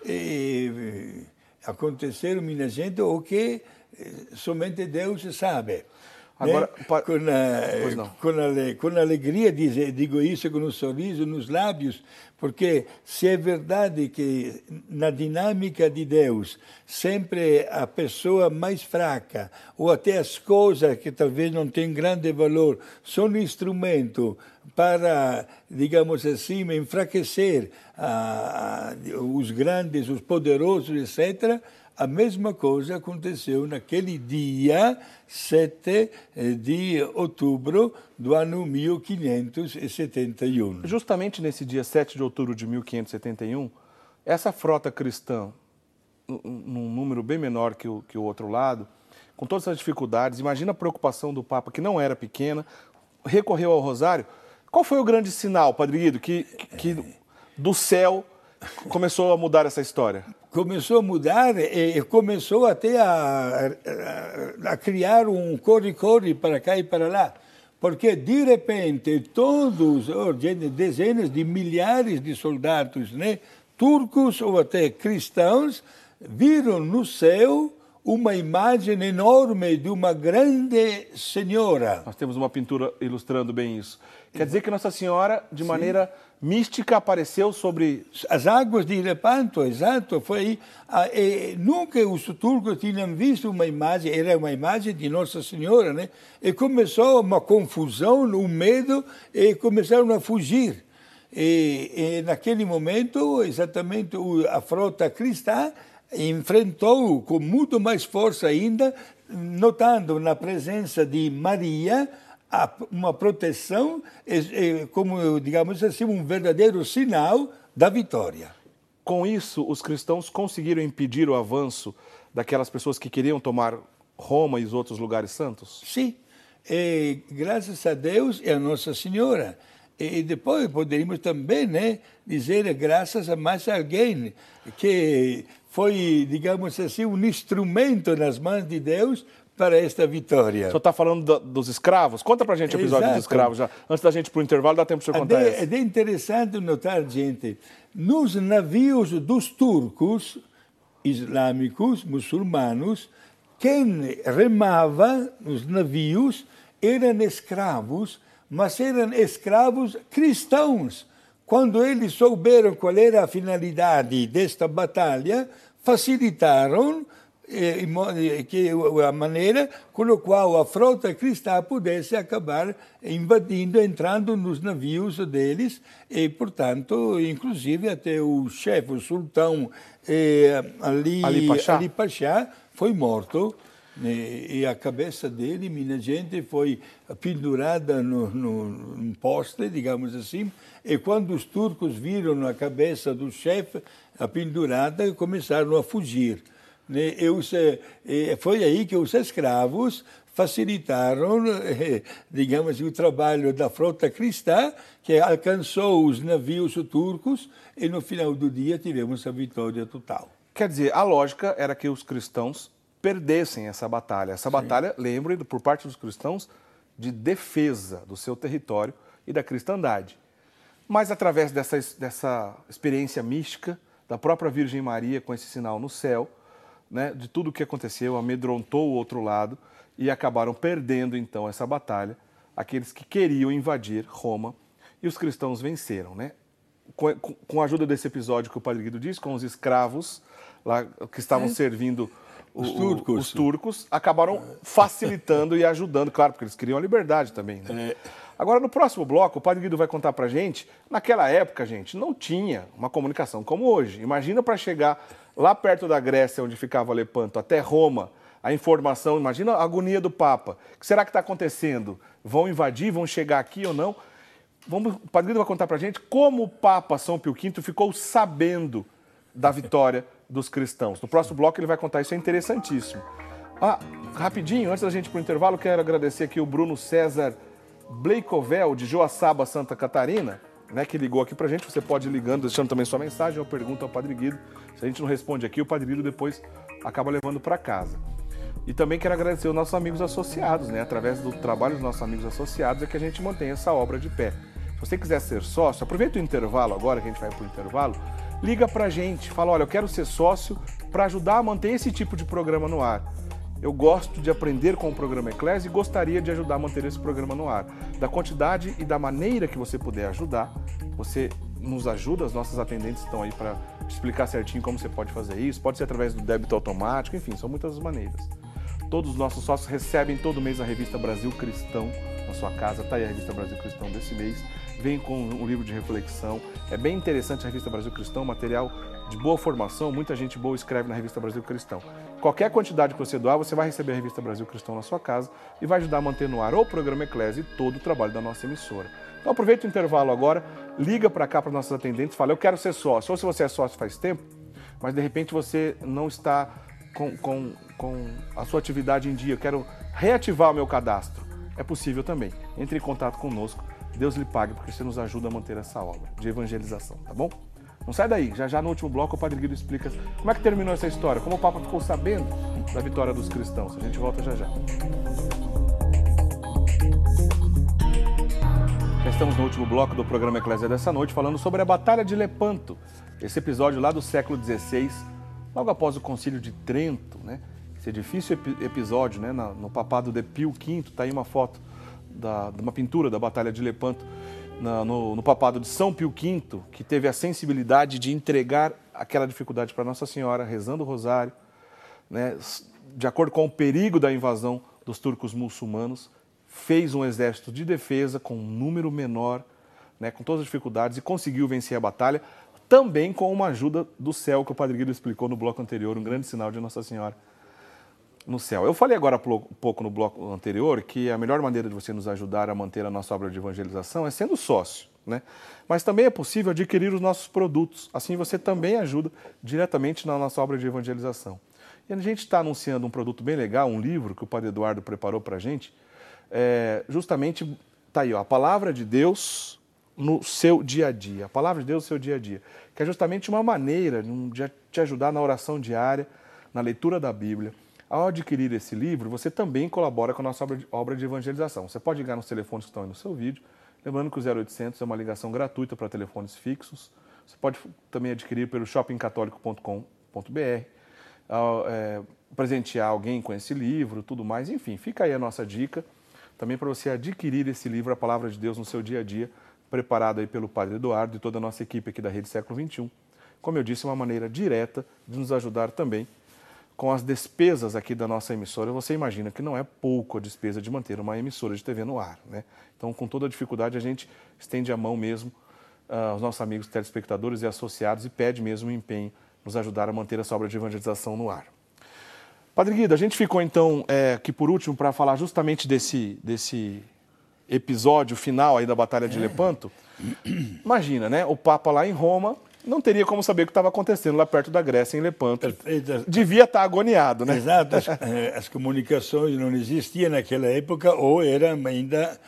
E aconteceu, minha gente, o que eh, somente Deus sabe. Agora, né? pa... com, a, com, a, com alegria digo isso, com um sorriso nos lábios, porque se é verdade que na dinâmica de Deus sempre a pessoa mais fraca ou até as coisas que talvez não têm grande valor são um instrumento para, digamos assim, enfraquecer a, a, os grandes, os poderosos, etcétera, a mesma coisa aconteceu naquele dia sete de outubro do ano mil quinhentos e setenta e um. Justamente nesse dia sete de outubro de mil quinhentos e setenta e um, essa frota cristã, num número bem menor que o, que o outro lado, com todas essas dificuldades, imagina a preocupação do Papa, que não era pequena, recorreu ao rosário. Qual foi o grande sinal, Padre Guido, que, que do céu começou a mudar essa história? Começou a mudar e começou até a, a, a criar um corre-corre para cá e para lá. porque de repente todos, oh, dezenas de milhares de soldados, né, turcos ou até cristãos, viram no céu uma imagem enorme de uma grande senhora. Nós temos uma pintura ilustrando bem isso. Quer dizer que Nossa Senhora, de Sim. maneira mística, apareceu sobre... As águas de Lepanto, exato. Foi, ah, e nunca os turcos tinham visto uma imagem, era uma imagem de Nossa Senhora, né? E começou uma confusão, um medo, e começaram a fugir. E, e naquele momento, exatamente, a frota cristã enfrentou com muito mais força ainda, notando na presença de Maria uma proteção, como, digamos assim, um verdadeiro sinal da vitória. Com isso, os cristãos conseguiram impedir o avanço daquelas pessoas que queriam tomar Roma e os outros lugares santos? Sim, e, graças a Deus e a Nossa Senhora. E depois poderíamos também, né, dizer graças a mais alguém que foi, digamos assim, um instrumento nas mãos de Deus para esta vitória. O senhor está falando do, dos escravos? Conta para a gente o episódio Exato. dos escravos. Já. Antes da gente ir para o intervalo, dá tempo de o senhor contar é, essa. É interessante notar, gente, nos navios dos turcos, islâmicos, muçulmanos, quem remava nos navios eram escravos, mas eram escravos cristãos. Quando eles souberam qual era a finalidade desta batalha, facilitaram eh, que a maneira com a qual a frota cristã pudesse acabar invadindo, entrando nos navios deles, e, portanto, inclusive até o chefe, o sultão eh, Ali, Ali Pasha. Ali Pasha, foi morto. E a cabeça dele, minha gente, foi pendurada no, no, num poste, digamos assim, e quando os turcos viram a cabeça do chefe pendurada, começaram a fugir. E os, e foi aí que os escravos facilitaram, digamos, o trabalho da frota cristã, que alcançou os navios turcos, e no final do dia tivemos a vitória total. Quer dizer, a lógica era que os cristãos perdessem essa batalha. Essa Sim. batalha, lembrem, por parte dos cristãos, de defesa do seu território e da cristandade. Mas através dessa, dessa experiência mística, da própria Virgem Maria com esse sinal no céu, né, de tudo o que aconteceu, amedrontou o outro lado e acabaram perdendo, então, essa batalha, aqueles que queriam invadir Roma, e os cristãos venceram, né? Com, com a ajuda desse episódio que o Padre Guido disse, com os escravos lá, que estavam é. servindo... Os turcos. Os turcos acabaram facilitando e ajudando, claro, porque eles queriam a liberdade também. Né? É. Agora, no próximo bloco, o Padre Guido vai contar pra gente, naquela época, gente, não tinha uma comunicação como hoje. Imagina para chegar lá perto da Grécia, onde ficava Lepanto, até Roma, a informação, imagina a agonia do Papa. O que será que está acontecendo? Vão invadir, vão chegar aqui ou não? Vamos, o Padre Guido vai contar pra gente como o Papa São Pio Quinto ficou sabendo da vitória dos cristãos. No próximo bloco ele vai contar, isso é interessantíssimo. Ah, rapidinho, antes da gente ir para o intervalo, quero agradecer aqui o Bruno César Bleicovel, de Joaçaba, Santa Catarina, né, que ligou aqui para a gente. Você pode ir ligando, deixando também sua mensagem ou pergunta ao Padre Guido. Se a gente não responde aqui, o Padre Guido depois acaba levando para casa. E também quero agradecer os nossos amigos associados, né? Através do trabalho dos nossos amigos associados é que a gente mantém essa obra de pé. Se você quiser ser sócio, aproveita o intervalo agora, que a gente vai para o intervalo, liga pra gente, fala, olha, eu quero ser sócio para ajudar a manter esse tipo de programa no ar. Eu gosto de aprender com o programa Eclésia e gostaria de ajudar a manter esse programa no ar. Da quantidade e da maneira que você puder ajudar, você nos ajuda, as nossas atendentes estão aí para explicar certinho como você pode fazer isso. Pode ser através do débito automático, enfim, são muitas maneiras. Todos os nossos sócios recebem todo mês a revista Brasil Cristão na sua casa. Está aí a revista Brasil Cristão desse mês. Vem com um livro de reflexão. É bem interessante a revista Brasil Cristão, material de boa formação. Muita gente boa escreve na revista Brasil Cristão. Qualquer quantidade que você doar, você vai receber a revista Brasil Cristão na sua casa e vai ajudar a manter no ar o programa Eclésia e todo o trabalho da nossa emissora. Então aproveita o intervalo agora, liga para cá para os nossos atendentes, fala, eu quero ser sócio. Ou se você é sócio faz tempo, mas de repente você não está com, com, com a sua atividade em dia, eu quero reativar o meu cadastro. É possível também. Entre em contato conosco. Deus lhe pague, porque você nos ajuda a manter essa obra de evangelização, tá bom? Não sai daí, já já no último bloco o Padre Guido explica como é que terminou essa história, como o Papa ficou sabendo da vitória dos cristãos. A gente volta já já. estamos no último bloco do programa Eclésia dessa noite, falando sobre a Batalha de Lepanto. Esse episódio lá do século dezesseis, logo após o Concílio de Trento, né? Esse difícil ep episódio, né? Na, no papado de Pio quinto, está aí uma foto da, de uma pintura da Batalha de Lepanto, na, no, no papado de São Pio quinto, que teve a sensibilidade de entregar aquela dificuldade para Nossa Senhora, rezando o rosário, né? De acordo com o perigo da invasão dos turcos muçulmanos, fez um exército de defesa com um número menor, né, com todas as dificuldades, e conseguiu vencer a batalha, também com uma ajuda do céu, que o Padre Guido explicou no bloco anterior, um grande sinal de Nossa Senhora no céu. Eu falei agora um pouco no bloco anterior que a melhor maneira de você nos ajudar a manter a nossa obra de evangelização é sendo sócio, né? Mas também é possível adquirir os nossos produtos, assim você também ajuda diretamente na nossa obra de evangelização. E a gente está anunciando um produto bem legal, um livro que o Padre Eduardo preparou para a gente. É, justamente, tá aí, ó, a palavra de Deus no seu dia a dia, a palavra de Deus no seu dia a dia, que é justamente uma maneira de te ajudar na oração diária, na leitura da Bíblia. Ao adquirir esse livro, você também colabora com a nossa obra de, obra de evangelização. Você pode ligar nos telefones que estão aí no seu vídeo, lembrando que o zero oitocentos é uma ligação gratuita para telefones fixos. Você pode também adquirir pelo shopping católico ponto com ponto br, é, presentear alguém com esse livro, tudo mais, enfim, fica aí a nossa dica. Também para você adquirir esse livro, A Palavra de Deus no seu dia a dia, preparado aí pelo Padre Eduardo e toda a nossa equipe aqui da Rede Século vinte e um. Como eu disse, uma maneira direta de nos ajudar também com as despesas aqui da nossa emissora. Você imagina que não é pouco a despesa de manter uma emissora de T V no ar, né? Então, com toda a dificuldade, a gente estende a mão mesmo uh, aos nossos amigos telespectadores e associados e pede mesmo o empenho nos ajudar a manter essa obra de evangelização no ar. Padre Guido, a gente ficou então é, aqui por último para falar justamente desse, desse episódio final aí da Batalha de Lepanto. Imagina, né? O Papa lá em Roma não teria como saber o que estava acontecendo lá perto da Grécia, em Lepanto. Devia estar agoniado, né? Exato. As, as comunicações não existiam naquela época ou eram ainda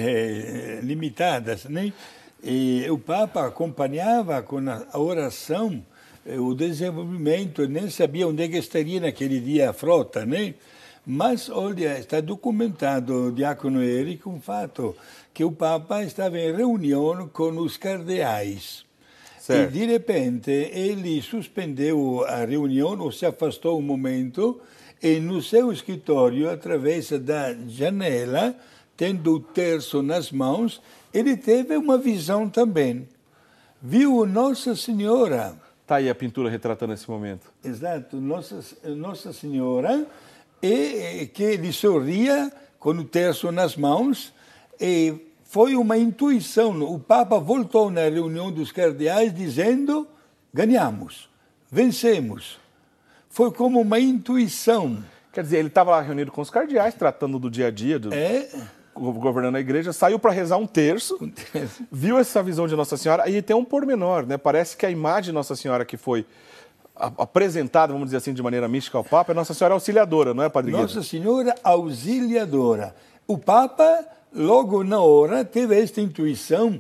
é, limitadas, né? E o Papa acompanhava com a oração o desenvolvimento, nem sabia onde é que estaria naquele dia a frota, né? Mas, olha, está documentado, Diácono Érico, um fato, que o Papa estava em reunião com os cardeais. Certo. E, de repente, ele suspendeu a reunião, ou se afastou um momento, e no seu escritório, através da janela, tendo o terço nas mãos, ele teve uma visão também. Viu Nossa Senhora. Está aí a pintura retratando esse momento. Exato, Nossa, Nossa Senhora, e que ele sorria com o terço nas mãos, e foi uma intuição. O Papa voltou na reunião dos cardeais dizendo, ganhamos, vencemos. Foi como uma intuição. Quer dizer, ele estava lá reunido com os cardeais, tratando do dia a dia, do... É... governando a igreja, saiu para rezar um terço, um terço, viu essa visão de Nossa Senhora, e tem um pormenor, né? Parece que a imagem de Nossa Senhora que foi apresentada, vamos dizer assim, de maneira mística ao Papa, é Nossa Senhora Auxiliadora, não é, Padre Guido? Nossa Senhora Auxiliadora. O Papa, logo na hora, teve esta intuição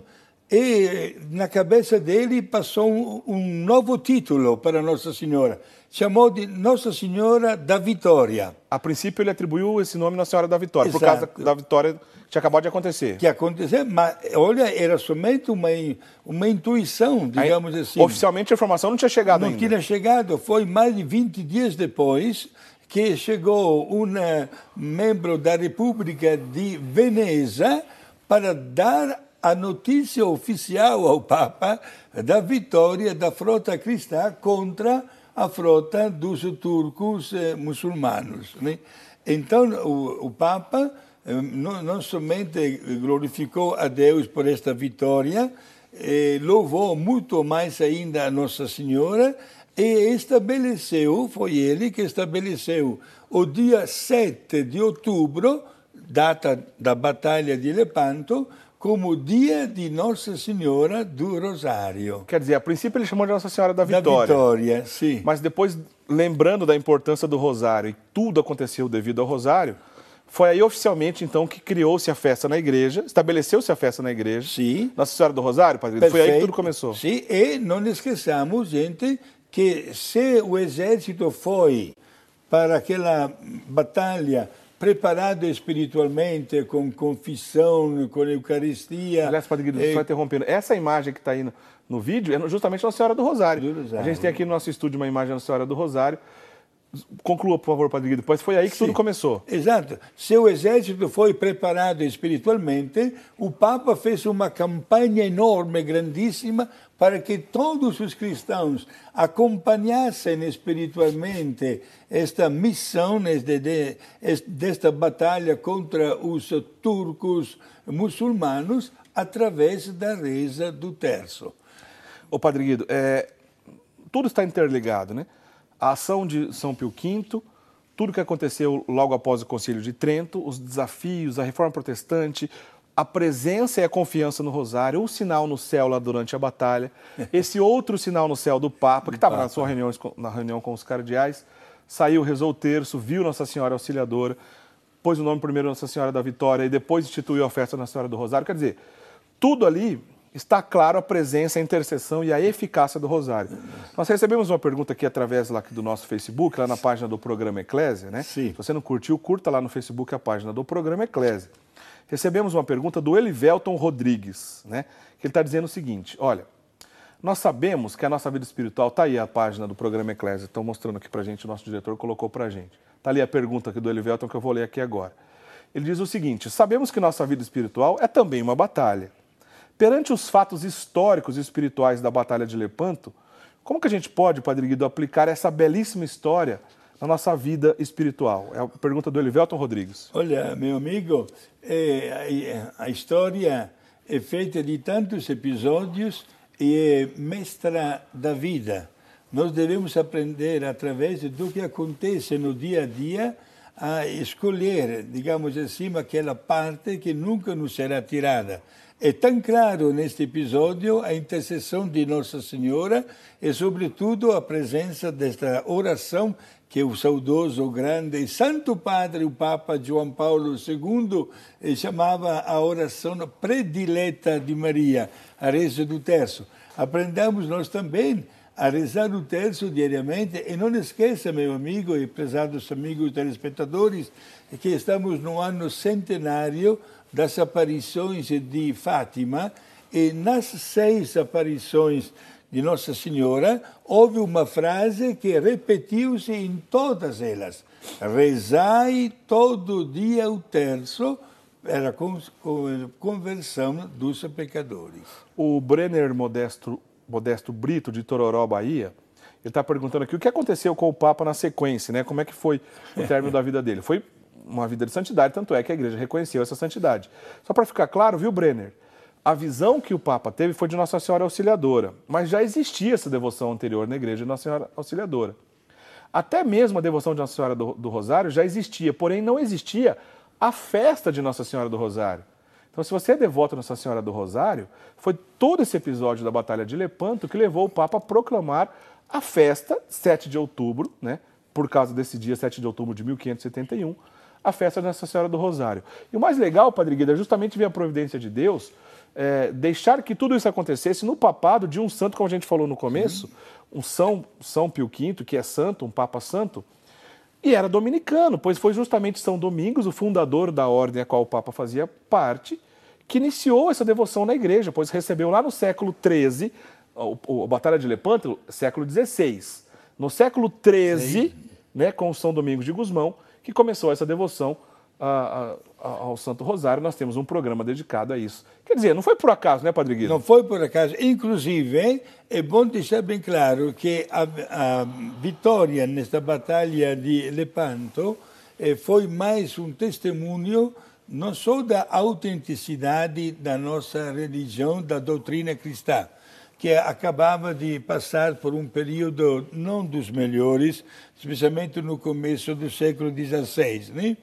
e na cabeça dele passou um, um novo título para Nossa Senhora. Chamou de Nossa Senhora da Vitória. A princípio ele atribuiu esse nome Nossa Senhora da Vitória, exato, por causa da, da vitória que tinha acabado de acontecer. Que aconteceu, mas olha, era somente uma, uma intuição, digamos Aí, assim. Oficialmente a informação não tinha chegado não ainda. Não tinha chegado, foi mais de vinte dias depois que chegou um membro da República de Veneza para dar a notícia oficial ao Papa da vitória da frota cristã contra a frota dos turcos eh, muçulmanos, né? Então, o, o Papa eh, não, não somente glorificou a Deus por esta vitória, eh, louvou muito mais ainda a Nossa Senhora e estabeleceu, foi ele que estabeleceu o dia sete de outubro, data da Batalha de Lepanto, como dia de Nossa Senhora do Rosário. Quer dizer, a princípio ele chamou de Nossa Senhora da Vitória. Da Vitória, sim. Mas depois, lembrando da importância do Rosário, e tudo aconteceu devido ao Rosário, foi aí oficialmente, então, que criou-se a festa na igreja, estabeleceu-se a festa na igreja. Sim. Nossa Senhora do Rosário, Padre Guido? Foi aí que tudo começou. Sim, e não esqueçamos, gente, que se o exército foi para aquela batalha preparado espiritualmente, com confissão, com Eucaristia. Aliás, Padre Guido, é... só interrompendo, essa imagem que está aí no, no vídeo é justamente Nossa Senhora do Rosário. do Rosário. A gente tem aqui no nosso estúdio uma imagem da Nossa Senhora do Rosário. Conclua, por favor, Padre Guido, pois foi aí que Sim. tudo começou. Exato. Seu exército foi preparado espiritualmente, o Papa fez uma campanha enorme, grandíssima, para que todos os cristãos acompanhassem espiritualmente esta missão, desta batalha contra os turcos muçulmanos, através da reza do terço. Ô Padre Guido, é, tudo está interligado, né? A ação de São Pio quinto, tudo que aconteceu logo após o Concílio de Trento, os desafios, a Reforma Protestante, a presença e a confiança no Rosário, o sinal no céu lá durante a batalha, esse outro sinal no céu do Papa, que estava na sua reunião, na reunião com os cardeais, saiu, rezou o terço, viu Nossa Senhora Auxiliadora, pôs o nome primeiro Nossa Senhora da Vitória e depois instituiu a festa Nossa Senhora do Rosário. Quer dizer, tudo ali está claro a presença, a intercessão e a eficácia do Rosário. Nós recebemos uma pergunta aqui através lá do nosso Facebook, lá na página do programa Eclésia, né? Sim. Se você não curtiu, curta lá no Facebook a página do programa Eclésia. Recebemos uma pergunta do Elivelton Rodrigues, né? Que ele está dizendo o seguinte, olha, nós sabemos que a nossa vida espiritual, está aí a página do programa Eclésia, estão mostrando aqui para a gente, o nosso diretor colocou para a gente. Está ali a pergunta aqui do Elivelton que eu vou ler aqui agora. Ele diz o seguinte, sabemos que nossa vida espiritual é também uma batalha. Perante os fatos históricos e espirituais da Batalha de Lepanto, como que a gente pode, Padre Guido, aplicar essa belíssima história na nossa vida espiritual? É a pergunta do Elivelton Rodrigues. Olha, meu amigo, é, a, a história é feita de tantos episódios e é mestra da vida. Nós devemos aprender, através do que acontece no dia a dia, a escolher, digamos assim, aquela parte que nunca nos será tirada. É tão claro neste episódio a intercessão de Nossa Senhora e, sobretudo, a presença desta oração que o saudoso, grande e Santo Padre, o Papa João Paulo segundo, chamava a oração predileta de Maria, a reza do terço. Aprendamos nós também a rezar o terço diariamente e não esqueça, meu amigo e prezados amigos telespectadores, que estamos no ano centenário das aparições de Fátima e nas seis aparições de Nossa Senhora houve uma frase que repetiu-se em todas elas. Rezai todo dia o terço para a conversão dos pecadores. O Brenner Modesto, Modesto Brito, de Tororó, Bahia, ele está perguntando aqui o que aconteceu com o Papa na sequência, né? Como é que foi o término da vida dele? Foi uma vida de santidade, tanto é que a igreja reconheceu essa santidade. Só para ficar claro, viu, Brenner? A visão que o Papa teve foi de Nossa Senhora Auxiliadora, mas já existia essa devoção anterior na igreja de Nossa Senhora Auxiliadora. Até mesmo a devoção de Nossa Senhora do, do Rosário já existia, porém não existia a festa de Nossa Senhora do Rosário. Então, se você é devoto a Nossa Senhora do Rosário, foi todo esse episódio da Batalha de Lepanto que levou o Papa a proclamar a festa, sete de outubro, né, por causa desse dia, sete de outubro de mil quinhentos e setenta e um, a festa de Nossa Senhora do Rosário. E o mais legal, Padre Guido, é justamente ver a providência de Deus, é, deixar que tudo isso acontecesse no papado de um santo, como a gente falou no começo, uhum. um São, São Pio quinto, que é santo, um Papa santo, e era dominicano, pois foi justamente São Domingos, o fundador da ordem a qual o Papa fazia parte, que iniciou essa devoção na igreja, pois recebeu lá no século treze, a, a Batalha de Lepanto, século dezesseis. No século treze, né, com o São Domingos de Gusmão, que começou essa devoção a, a, ao Santo Rosário. Nós temos um programa dedicado a isso. Quer dizer, não foi por acaso, né, Padre Guido? Não foi por acaso. Inclusive, hein, é bom deixar bem claro que a, a vitória nesta batalha de Lepanto eh, foi mais um testemunho não só da autenticidade da nossa religião, da doutrina cristã, que acabava de passar por um período não dos melhores, especialmente no começo do século dezesseis, né?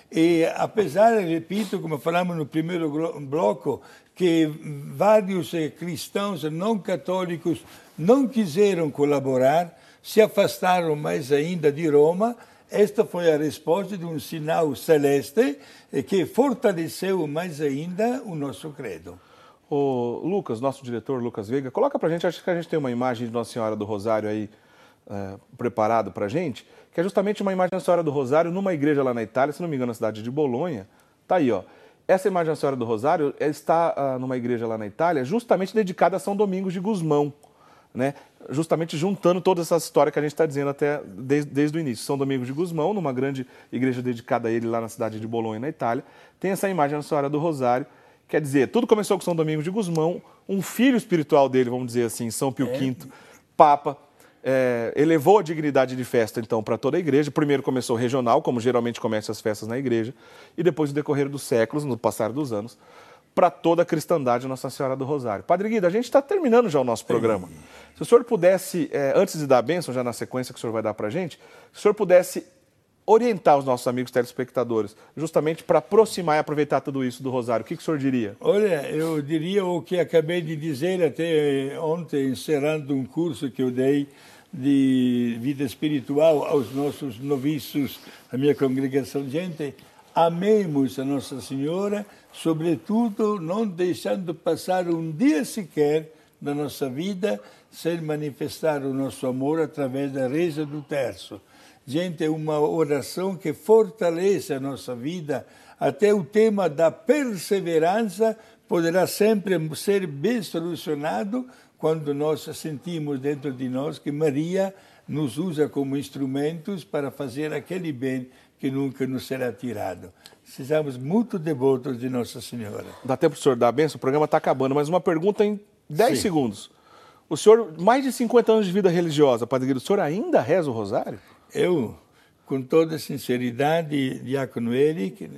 E apesar, repito, como falamos no primeiro bloco, que vários cristãos não católicos não quiseram colaborar, se afastaram mais ainda de Roma, esta foi a resposta de um sinal celeste que fortaleceu mais ainda o nosso credo. O Lucas, nosso diretor, Lucas Veiga, coloca pra gente, acho que a gente tem uma imagem de Nossa Senhora do Rosário aí é, preparado para a gente, que é justamente uma imagem da Senhora do Rosário numa igreja lá na Itália, se não me engano, na cidade de Bolonha. Tá aí, ó. Essa imagem da Senhora do Rosário está uh, numa igreja lá na Itália, justamente dedicada a São Domingos de Gusmão, né? Justamente juntando toda essa história que a gente está dizendo até desde, desde o início. São Domingos de Gusmão, numa grande igreja dedicada a ele lá na cidade de Bolonha, na Itália, tem essa imagem da Senhora do Rosário. Quer dizer, tudo começou com São Domingos de Gusmão, um filho espiritual dele, vamos dizer assim, São Pio é. quinto, Papa, é, elevou a dignidade de festa, então, para toda a igreja. Primeiro começou regional, como geralmente começam as festas na igreja, e depois, no decorrer dos séculos, no passar dos anos, para toda a cristandade Nossa Senhora do Rosário. Padre Guido, a gente está terminando já o nosso programa. Se o senhor pudesse, é, antes de dar a bênção, já na sequência que o senhor vai dar para a gente, se o senhor pudesse orientar os nossos amigos telespectadores, justamente para aproximar e aproveitar tudo isso do Rosário, o que, que o senhor diria? Olha, eu diria o que acabei de dizer até ontem, encerrando um curso que eu dei de vida espiritual aos nossos noviços, a minha congregação. Gente, amemos a Nossa Senhora, sobretudo não deixando passar um dia sequer da nossa vida sem manifestar o nosso amor através da reza do terço. Gente, é uma oração que fortalece a nossa vida. Até o tema da perseverança poderá sempre ser bem solucionado quando nós sentimos dentro de nós que Maria nos usa como instrumentos para fazer aquele bem que nunca nos será tirado. Sejamos muito devotos de Nossa Senhora. Dá tempo para o senhor dar a benção? O programa está acabando, mas uma pergunta em dez segundos. O senhor, mais de cinquenta anos de vida religiosa, Padre Guido, o senhor ainda reza o rosário? Eu, com toda sinceridade, Diácono Eric,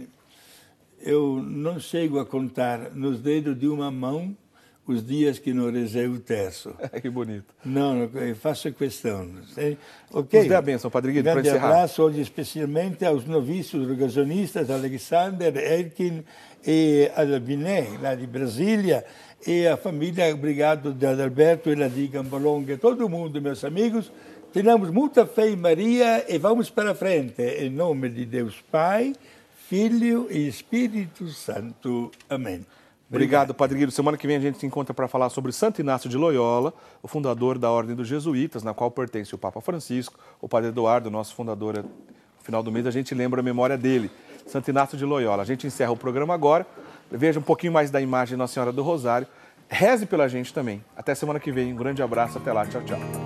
eu não chego a contar nos dedos de uma mão os dias que não rezei o terço. Que bonito. Não, eu faço questão. Ok. Nos dê a bênção, Padre Guido, para encerrar. Um grande abraço hoje especialmente aos noviços rogacionistas, Alexander, Erkin e Albiné, lá de Brasília, e a família, obrigado de Adalberto e lá de Gambolonga, todo mundo, meus amigos. Tenhamos muita fé em Maria e vamos para frente. Em nome de Deus Pai, Filho e Espírito Santo. Amém. Obrigado, Padre Guido. Semana que vem a gente se encontra para falar sobre Santo Inácio de Loyola, o fundador da Ordem dos Jesuítas, na qual pertence o Papa Francisco, o Padre Eduardo, nosso fundador. No final do mês a gente lembra a memória dele, Santo Inácio de Loyola. A gente encerra o programa agora. Veja um pouquinho mais da imagem de Nossa Senhora do Rosário. Reze pela gente também. Até semana que vem. Um grande abraço. Até lá. Tchau, tchau.